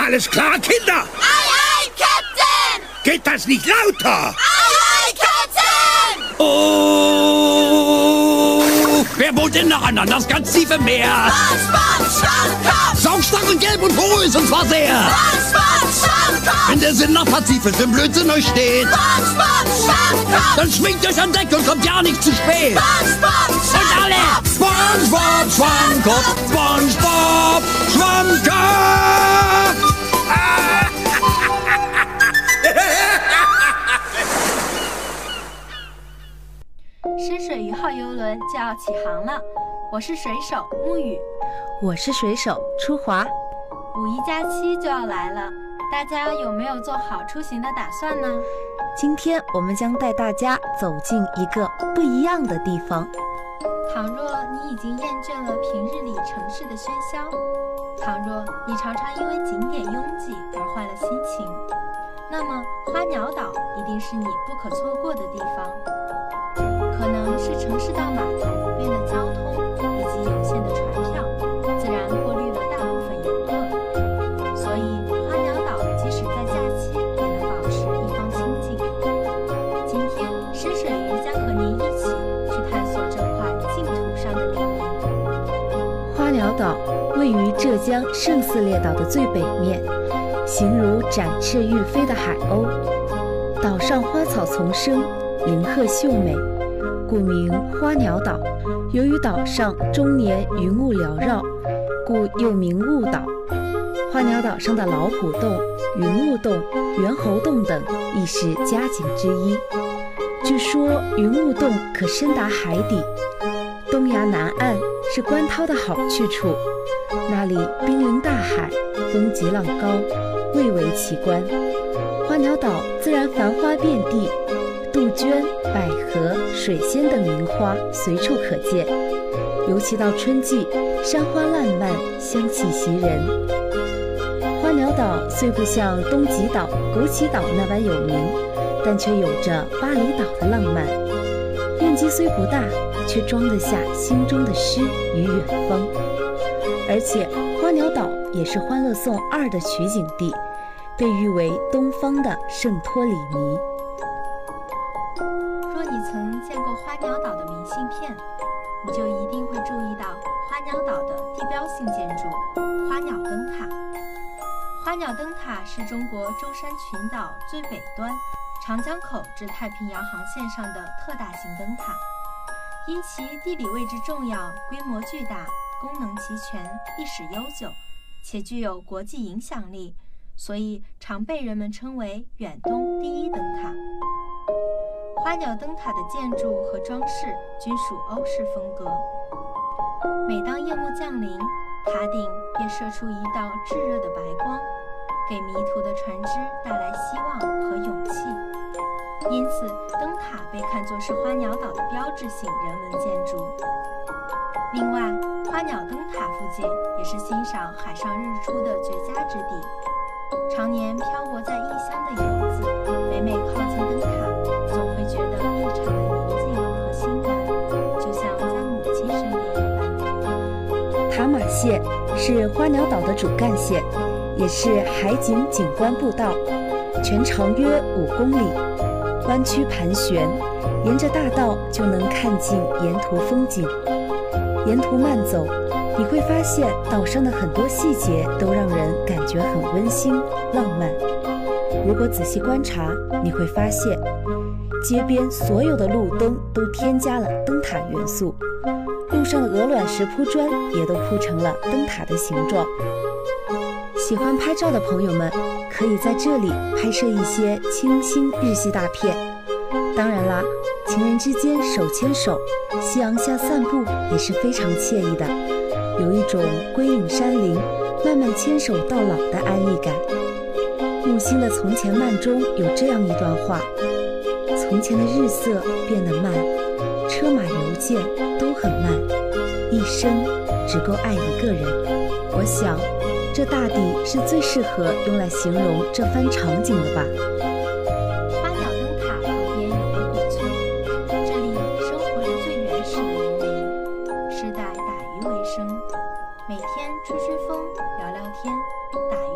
Alles klar, Kinder? Aye, aye, Captain! Geht das nicht lauter? Aye, aye, Captain! Oh! Wer wohnt denn nacheinander? Das ganz tiefe Meer. SpongeBob Schwammkopf! Saugstachel gelb und porös und zwar sehr. SpongeBob Schwammkopf! Wenn der Sinn nach Pazifik im Blödsinn euch steht, SpongeBob Schwammkopf! dann schwingt euch an Deck und kommt ja nicht zu spät. SpongeBob Und alle! SpongeBob Schwammkopf! SpongeBob Schwammkopf! 深水1号游轮就要起航了，我是水手沐雨， 我是水手初华。 五一假期就要来了，大家有没有做好出行的打算呢？ 今天我们将带大家走进一个不一样的地方。 倘若你已经厌倦了平日里城市的喧嚣，倘若你常常因为景点拥挤而坏了心情，那么花鸟岛一定是你不可错过的地方。可能是城市到码头不便的交通以及有限的船票，自然过滤了大部分游客，所以花鸟岛即使在假期也能保持一方清静。今天深水鱼将和您一起去探索这块净土上的领域。 花鸟岛位于浙江圣寺列岛的最北面，形如展翅欲飞的海鸥。岛上花草丛生，林壑秀美，故名花鸟岛。由于岛上终年云雾缭绕，故又名雾岛。花鸟岛上的老虎洞、云雾洞、猿猴洞等亦是佳景之一。据说云雾洞可深达海底，东崖南岸是观涛的好去处，那里濒临大海，风急浪高，蔚为奇观。花鸟岛自然繁花遍地，杜鹃、百合、水仙等名花随处可见，尤其到春季，山花烂漫，香气袭人。花鸟岛虽不像东极岛、枸杞岛那般有名，但却有着巴厘岛的浪漫。面积虽不大，却装得下心中的诗与远方。而且花鸟岛也是《欢乐颂2》的取景地，被誉为东方的圣托里尼。 若你曾见过花鸟岛的明信片，你就一定会注意到花鸟岛的地标性建筑——花鸟灯塔。花鸟灯塔是中国舟山群岛最北端长江口至太平洋航线上的特大型灯塔，因其地理位置重要、规模巨大、功能齐全、历史悠久，且具有国际影响力，所以常被人们称为远东第一灯塔。花鸟灯塔的建筑和装饰均属欧式风格。每当夜幕降临，塔顶便射出一道炙热的白光，给迷途的船只带来希望和勇气。因此，灯塔被看作是花鸟岛的标志性人文建筑。另外，花鸟灯塔附近也是欣赏海上日出的绝佳之地。常年漂泊在异乡的游子，每靠近灯塔，总会觉得异常的宁静和心暖，就像在母亲身边一般。 塔马线是花鸟岛的主干线，也是海景景观步道，全长约5公里，弯曲盘旋，沿着大道就能看尽沿途风景。沿途慢走，你会发现岛上的很多细节都让人感觉很温馨浪漫。如果仔细观察，你会发现街边所有的路灯都添加了灯塔元素，路上的鹅卵石铺砖也都铺成了灯塔的形状。喜欢拍照的朋友们可以在这里拍摄一些清新日系大片。当然啦，情人之间手牵手，夕阳下散步也是非常惬意的，有一种归隐山林，慢慢牵手到老的安逸感。木心的《从前慢》中有这样一段话：从前的日色变得慢，车马邮件都很慢，一生只够爱一个人。我想，这大抵是最适合用来形容这番场景的吧。 花鸟灯塔旁边有个古村，这里生活着最原始的渔民，世代打鱼为生，每天吹吹风，聊聊天，打鱼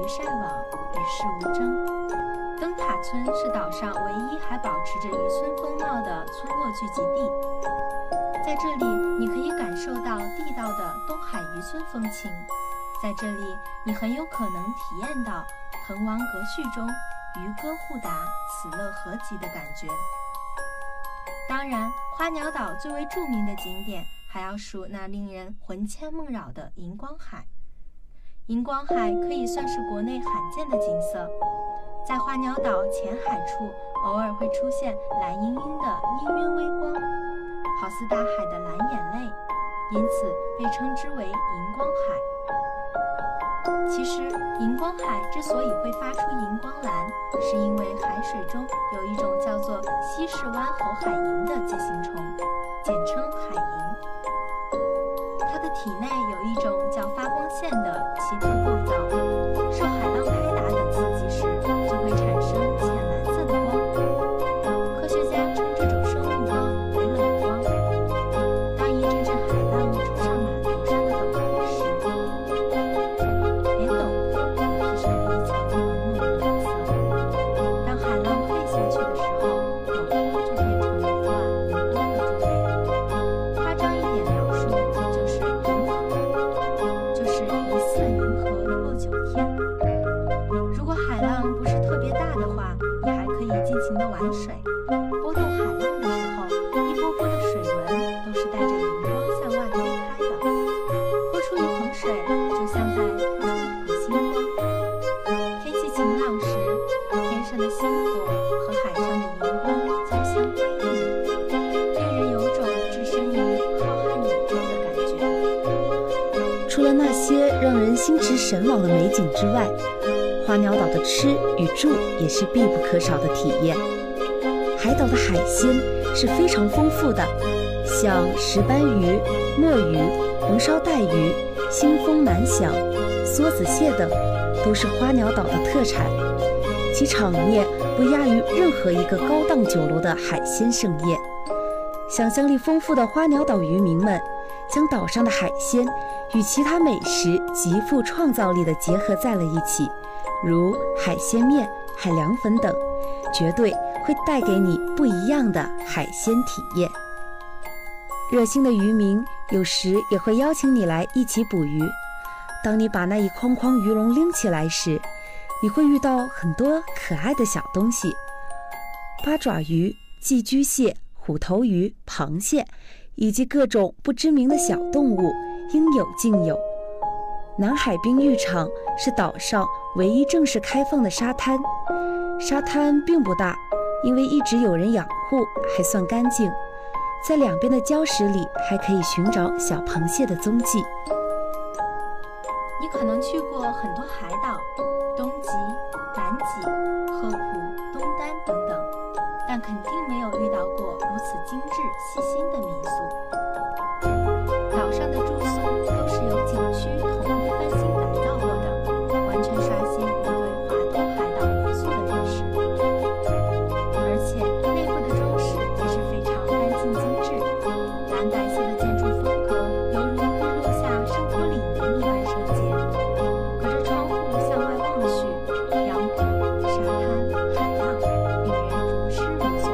晒网，与世无争。灯塔村是岛上唯一还保持着渔村风貌的村落聚集地，在这里你可以感受到地道的东海渔村风情，在这里你很有可能体验到滕王阁序中渔歌互答、此乐何极的感觉。当然，花鸟岛最为著名的景点还要数那令人魂牵梦绕的荧光海。荧光海可以算是国内罕见的景色，在花鸟岛浅海处偶尔会出现蓝茵茵的氤氲微光，好似大海的蓝眼泪，因此被称之为荧光海。其实荧光海之所以会发出荧光蓝，是因为海水中有一种叫做西式湾猴海萤的寄sinh虫，简称海萤。它的体内有一种叫发光线的奇特构造，受海浪拍打等刺激时就会产生浅蓝色的光，科学家称这种生物为冷光。当一阵阵海浪冲上码头上的斗篷时，连斗篷也披上了一层朦胧的蓝色。当海浪退下去的时候，斗篷就变成了一挂荧光的珠帘。夸张一点描述，就是银河，就是疑似银河落九天。如果海浪不是特别大的话，你还可以尽情的玩水。波动海浪的时候，一波波的水纹都是带着荧光向外推开的，泼出一捧水，就像在泼出一捧星光。天气晴朗时，天上的星火和海上的荧光交相辉映，令人有种置身于浩瀚宇宙的感觉。 除了那些让人心驰神往的美景之外，花鸟岛的吃与住也是必不可少的体验。海岛的海鲜是非常丰富的，像石斑鱼、墨鱼、红烧带鱼、腥风满响、梭子蟹等，都是花鸟岛的特产，其场面不亚于任何一个高档酒楼的海鲜盛宴。想象力丰富的花鸟岛渔民们将岛上的海鲜与其他美食极富创造力地结合在了一起，如海鲜面、海凉粉等，绝对会带给你不一样的海鲜体验。热心的渔民有时也会邀请你来一起捕鱼。当你把那一筐筐鱼笼拎起来时，你会遇到很多可爱的小东西，八爪鱼、寄居蟹、虎头鱼、螃蟹，以及各种不知名的小动物，应有尽有。南海滨浴场是岛上唯一正式开放的沙滩，沙滩并不大，因为一直有人养护，还算干净。在两边的礁石里还可以寻找小螃蟹的踪迹。 你可能去过很多海岛，东极、南极、鹤浦、东丹等等，但肯定没有遇到过如此精致细心的民宿。岛上的住宿都是由景区统一翻新改造过的，完全刷新你对华东海岛民宿的认识。而且内部的装饰也是非常干净精致，蓝白色的建筑风格犹如日落下圣托里尼一般圣洁。隔着窗户向外望去，阳光、沙滩、海浪，令人如痴如醉。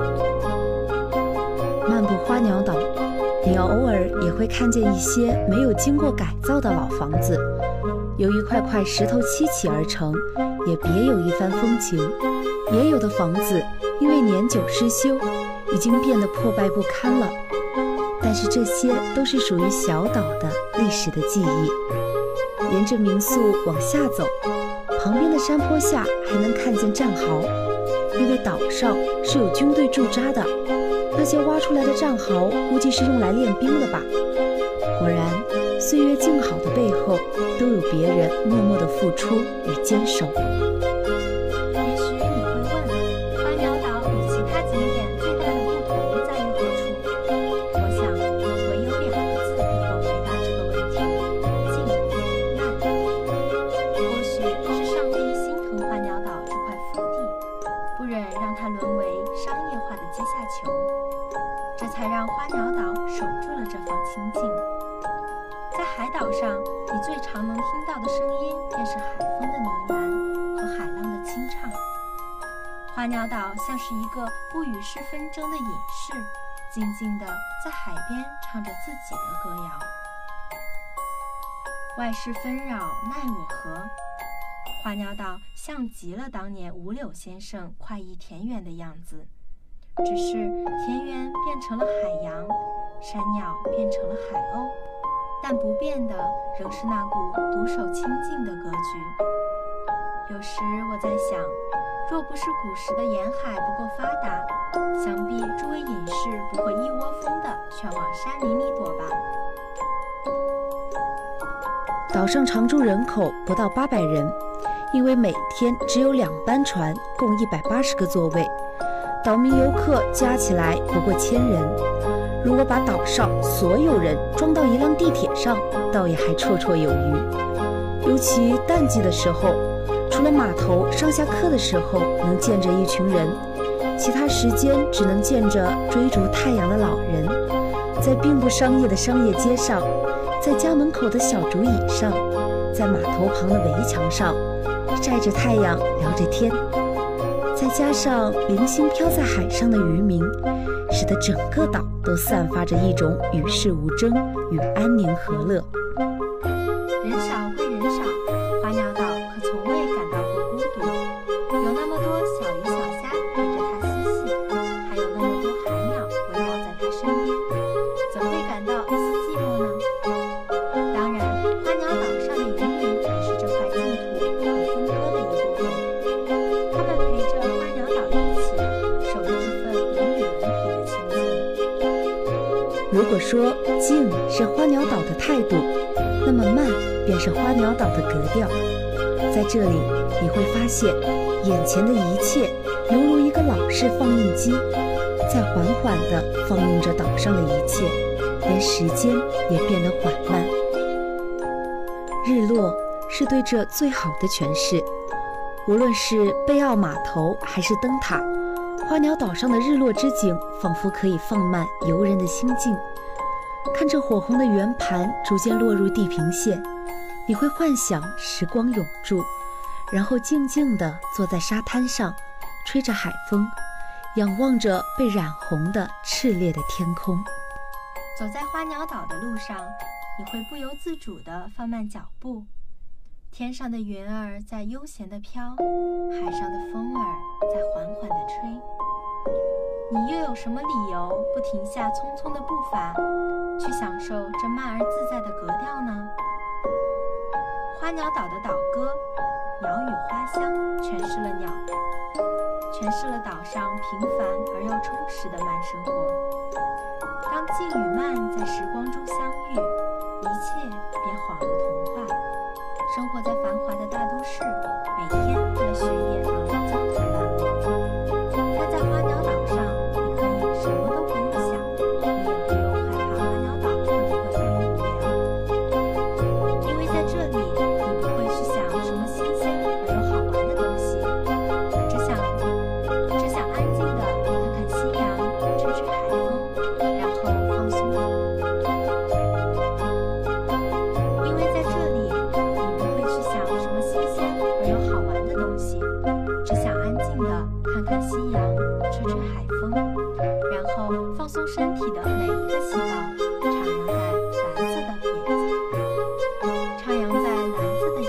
漫步花鸟岛，你偶尔也会看见一些没有经过改造的老房子，由一块块石头砌起而成，也别有一番风情。也有的房子因为年久失修，已经变得破败不堪了，但是这些都是属于小岛的历史的记忆。沿着民宿往下走，旁边的山坡下还能看见战壕，因为岛上是有军队驻扎的，那些挖出来的战壕估计是用来练兵的吧。果然，岁月静好的背后，都有别人默默的付出与坚守。 也许你会问，花鸟岛与其他景点最大的不同在于何处？我想，唯有2个字能够回答这个问题：静、慢。或许是上帝心疼花鸟岛这块福地，不忍让它沦为商业化的阶下囚，这才让花鸟岛守住了这方清静。在海岛上，你最常能听到的声音便是是海风的呢喃和海浪的清唱。花鸟岛像是一个不与世纷争的隐士，静静地在海边唱着自己的歌谣。外事纷扰奈我何？花鸟岛像极了当年五柳先生快意田园的样子，只是田园变成了海洋，山鸟变成了海鸥，但不变的仍是那股独守清静的格局。有时我在想，若不是古时的沿海不够发达，想必诸位隐士不会一窝蜂地全往山林里躲吧。 岛上常住人口不到800人，因为每天只有2班船，共180个座位，岛民游客加起来不过1000人。如果把岛上所有人装到一辆地铁上，倒也还绰绰有余。尤其淡季的时候，除了码头上下客的时候能见着一群人，其他时间只能见着追逐太阳的老人，在并不商业的商业街上，在家门口的小竹椅上，在码头旁的围墙上，晒着太阳聊着天。再加上零星飘在海上的渔民，使得整个岛都散发着一种与世无争与安宁和乐。 人少归人少，花鸟岛可从未感到过孤独。有那么多小鱼小虾陪着它嬉戏，还有那么多海鸟围绕在它身边，怎会感到一丝寂寞呢？当然，花鸟岛上的渔民也是这块净土不可分割的一部分，他们陪着花鸟岛一起守着这份无与伦比的亲近。 如果说静是花鸟岛的态度，那么慢便是花鸟岛的格调。在这里，你会发现眼前的一切犹如一个老式放映机，在缓缓地放映着岛上的一切，连时间也变得缓慢。日落是对这最好的诠释。无论是贝奥码头还是灯塔，花鸟岛上的日落之景仿佛可以放慢游人的心境。看着火红的圆盘逐渐落入地平线，你会幻想时光永驻，然后静静地坐在沙滩上，吹着海风，仰望着被染红的炽烈的天空。 走在花鸟岛的路上，你会不由自主地放慢脚步，天上的云儿在悠闲地飘，海上的风儿在缓缓地吹。你又有什么理由不停下匆匆的步伐，去享受这慢而自在的格调呢？花鸟岛的岛歌，鸟语花香，诠释了鸟，诠释了岛上平凡而又充实的慢生活。当静与慢在时光中相遇，一切便恍如童话。生活在繁华的大都市，每天为了学业忙得焦头烂额，但在花鸟岛上，你可以什么都不用想，你也不用害怕花鸟岛会不会太无聊，因为在这里，你不会去想什么新鲜而又好玩的东西，只想安静地看看夕阳，吹吹海风，然后放松。因为在这里，你不会去想什么新鲜而又好玩的东西，只想安静地看看夕阳，吹吹海风，然后放松身体的每一个细胞，徜徉在蓝色的眼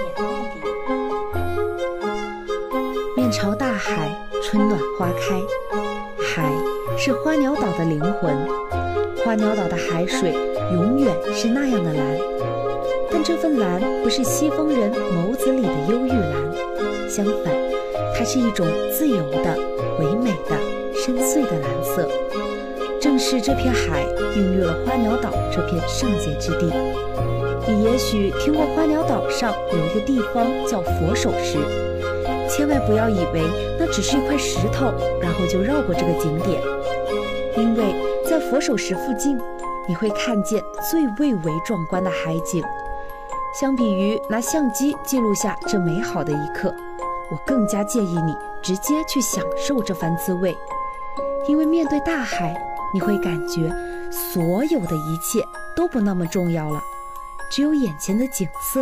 里。 面朝大海，春暖花开。海是花鸟岛的灵魂，花鸟岛的海水永远是那样的蓝，但这份蓝不是西方人眸子里的忧郁蓝，相反，它是一种自由的、唯美的、深邃的蓝色。正是这片海孕育了花鸟岛这片圣洁之地。你也许听过花鸟岛上有一个地方叫佛手石，千万不要以为那只是一块石头，然后就绕过这个景点，因为在佛手石附近，你会看见最蔚为壮观的海景。相比于拿相机记录下这美好的一刻，我更加建议你直接去享受这番滋味，因为面对大海，你会感觉所有的一切都不那么重要了，只有眼前的景色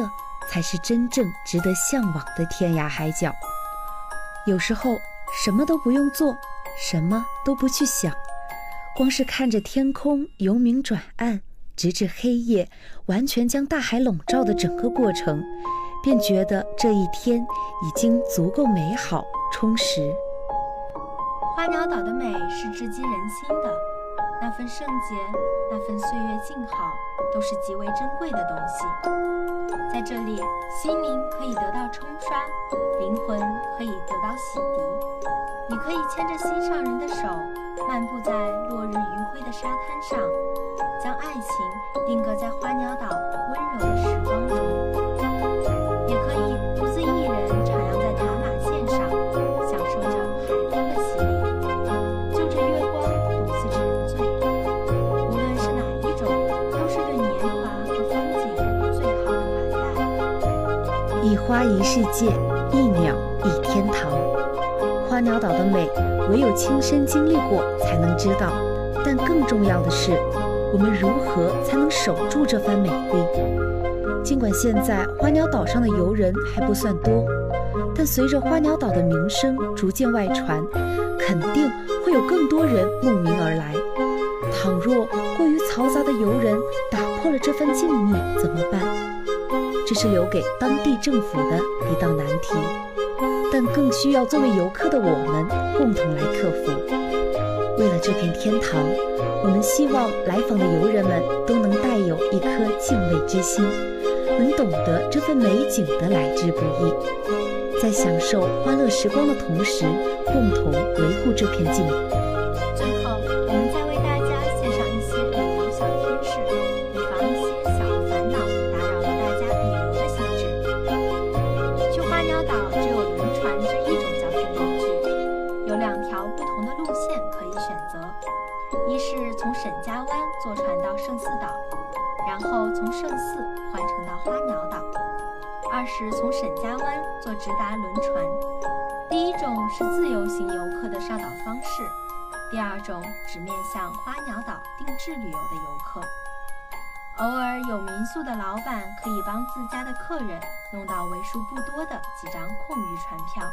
才是真正值得向往的天涯海角。有时候什么都不用做，什么都不去想，光是看着天空由明转暗，直至黑夜完全将大海笼罩的整个过程，便觉得这一天已经足够美好充实。 花鸟岛的美是直击人心的，那份圣洁，那份岁月静好，都是极为珍贵的东西。在这里，心灵可以得到冲刷，灵魂可以得到洗涤。你可以牵着心上人的手，漫步在落日余晖的沙滩上，将爱情定格在花鸟岛温柔的时光中。也可以独自一人徜徉在塔马线上，享受着海风的洗礼，就着月光独自沉醉。无论是哪一种，都是对年华和风景最好的款待。 一花一世界，一鸟一天堂。花鸟岛的美，唯有亲身经历过才能知道。但更重要的是，我们如何才能守住这番美丽？尽管现在花鸟岛上的游人还不算多，但随着花鸟岛的名声逐渐外传，肯定会有更多人慕名而来。倘若过于嘈杂的游人打破了这份静谧，怎么办？这是留给当地政府的一道难题，但更需要作为游客的我们共同来克服。为了这片天堂，我们希望来访的游人们都能带有一颗敬畏之心，能懂得这份美景的来之不易，在享受欢乐时光的同时，共同维护这片静谧。 最后，我们再为大家献上一些旅游小贴士，以防一些小烦恼打扰了大家旅游的兴致。去花鸟岛只有轮船这一种交通工具，有2条不同的路线可以选择。一是从沈家湾坐船到圣寺岛，然后从圣寺换乘到花鸟岛；二是从沈家湾坐直达轮船。第一种是自由行游客的上岛方式，第二种只面向花鸟岛定制旅游的游客。偶尔有民宿的老板可以帮自家的客人弄到为数不多的几张空余船票。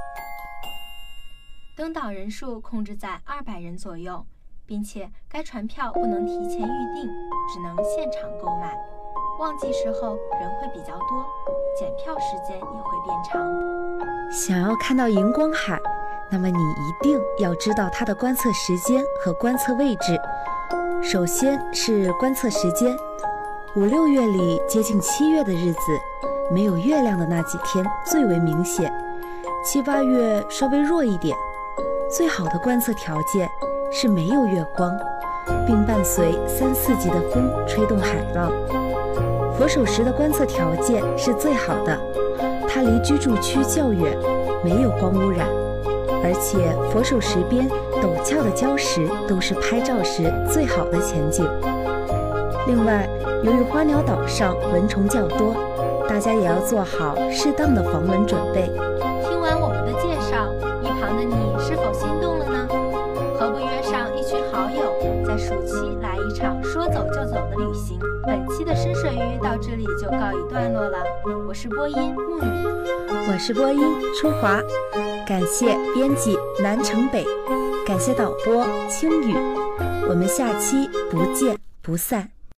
登岛人数控制在200人左右，并且该船票不能提前预订，只能现场购买。旺季时候人会比较多，检票时间也会变长。 想要看到荧光海，那么你一定要知道它的观测时间和观测位置。首先是观测时间，5、6月里接近7月的日子，没有月亮的那几天最为明显，7、8月稍微弱一点。最好的观测条件是没有月光，并伴随3、4级的风吹动海浪。佛手石的观测条件是最好的，它离居住区较远，没有光污染，而且佛手石边陡峭的礁石都是拍照时最好的前景。另外，由于花鸟岛上蚊虫较多，大家也要做好适当的防蚊准备。 听完我们的介绍，一旁的你是否心动了呢？何不约上一群好友，在暑期来一场说走就走的旅行？本期的深水鱼到这里就告一段落了。我是播音木雨， 我是播音初华，感谢编辑南城北，感谢导播青雨，我们下期不见不散。